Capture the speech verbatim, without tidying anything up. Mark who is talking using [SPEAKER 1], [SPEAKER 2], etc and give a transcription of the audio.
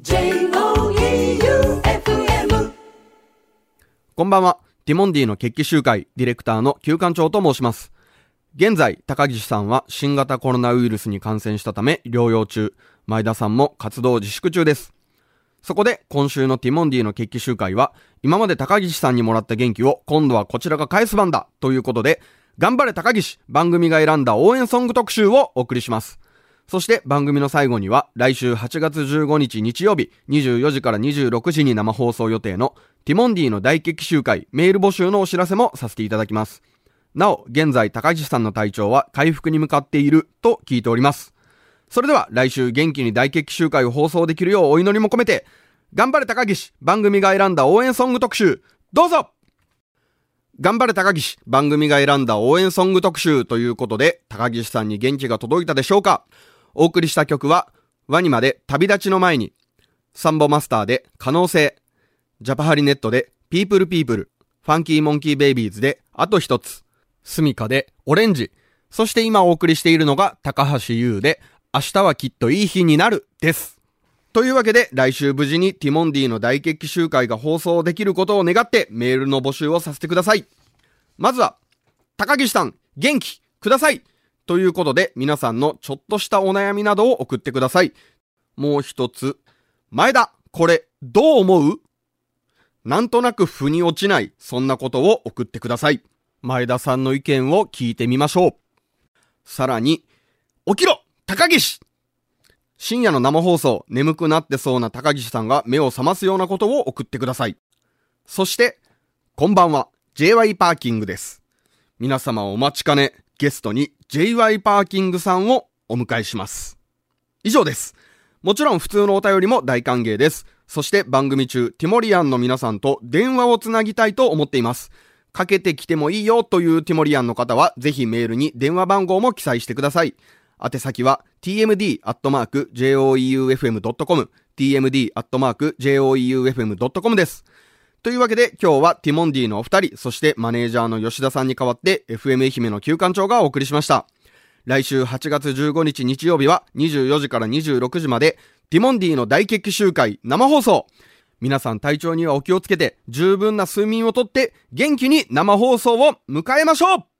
[SPEAKER 1] ジェイオーイーユーエフエム
[SPEAKER 2] こんばんは。ティモンディの決起集会ディレクターの旧館長と申します。現在、高岸さんは新型コロナウイルスに感染したため療養中、前田さんも活動自粛中です。そこで今週のティモンディの決起集会は、今まで高岸さんにもらった元気を今度はこちらが返す番だということで、頑張れ高岸、番組が選んだ応援ソング特集をお送りします。そして番組の最後には来週はちがつじゅうごにち日曜日にじゅうよじからにじゅうろくじに生放送予定のティモンディの大決起集会メール募集のお知らせもさせていただきます。なお、現在高岸さんの体調は回復に向かっていると聞いております。それでは来週元気に大決起集会を放送できるようお祈りも込めて、頑張れ高岸、番組が選んだ応援ソング特集、どうぞ。頑張れ高岸、番組が選んだ応援ソング特集ということで、高岸さんに元気が届いたでしょうか。お送りした曲はワニマで旅立ちの前に、サンボマスターで可能性、ジャパハリネットでピープルピープル、ファンキーモンキーベイビーズであと一つ、スミカでオレンジ、そして今お送りしているのが高橋優で明日はきっといい日になるです。というわけで来週無事にティモンディの大決起集会が放送できることを願ってメールの募集をさせてください。まずは高岸さん元気くださいということで、皆さんのちょっとしたお悩みなどを送ってください。もう一つ、前田これどう思う？なんとなく腑に落ちない、そんなことを送ってください。前田さんの意見を聞いてみましょう。さらに、起きろ高岸、深夜の生放送、眠くなってそうな高岸さんが目を覚ますようなことを送ってください。そして、こんばんは ジェイワイ パーキングです。皆様お待ちかね、ゲストに ジェイワイ パーキングさんをお迎えします。以上です。もちろん普通のお便りも大歓迎です。そして番組中、ティモリアンの皆さんと電話をつなぎたいと思っています。かけてきてもいいよというティモリアンの方は、ぜひメールに電話番号も記載してください。宛先は ティーエムディーアットマークジェイオーイーユーエフエムドットコム ティーエムディーアットマークジェイオーイーユーエフエムドットコム です。というわけで今日はティモンディのお二人、そしてマネージャーの吉田さんに代わって エフエム 愛媛の旧館長がお送りしました。来週はちがつじゅうごにち日曜日はにじゅうよじからにじゅうろくじまでティモンディの大決起集会生放送。皆さん体調にはお気をつけて、十分な睡眠をとって元気に生放送を迎えましょう。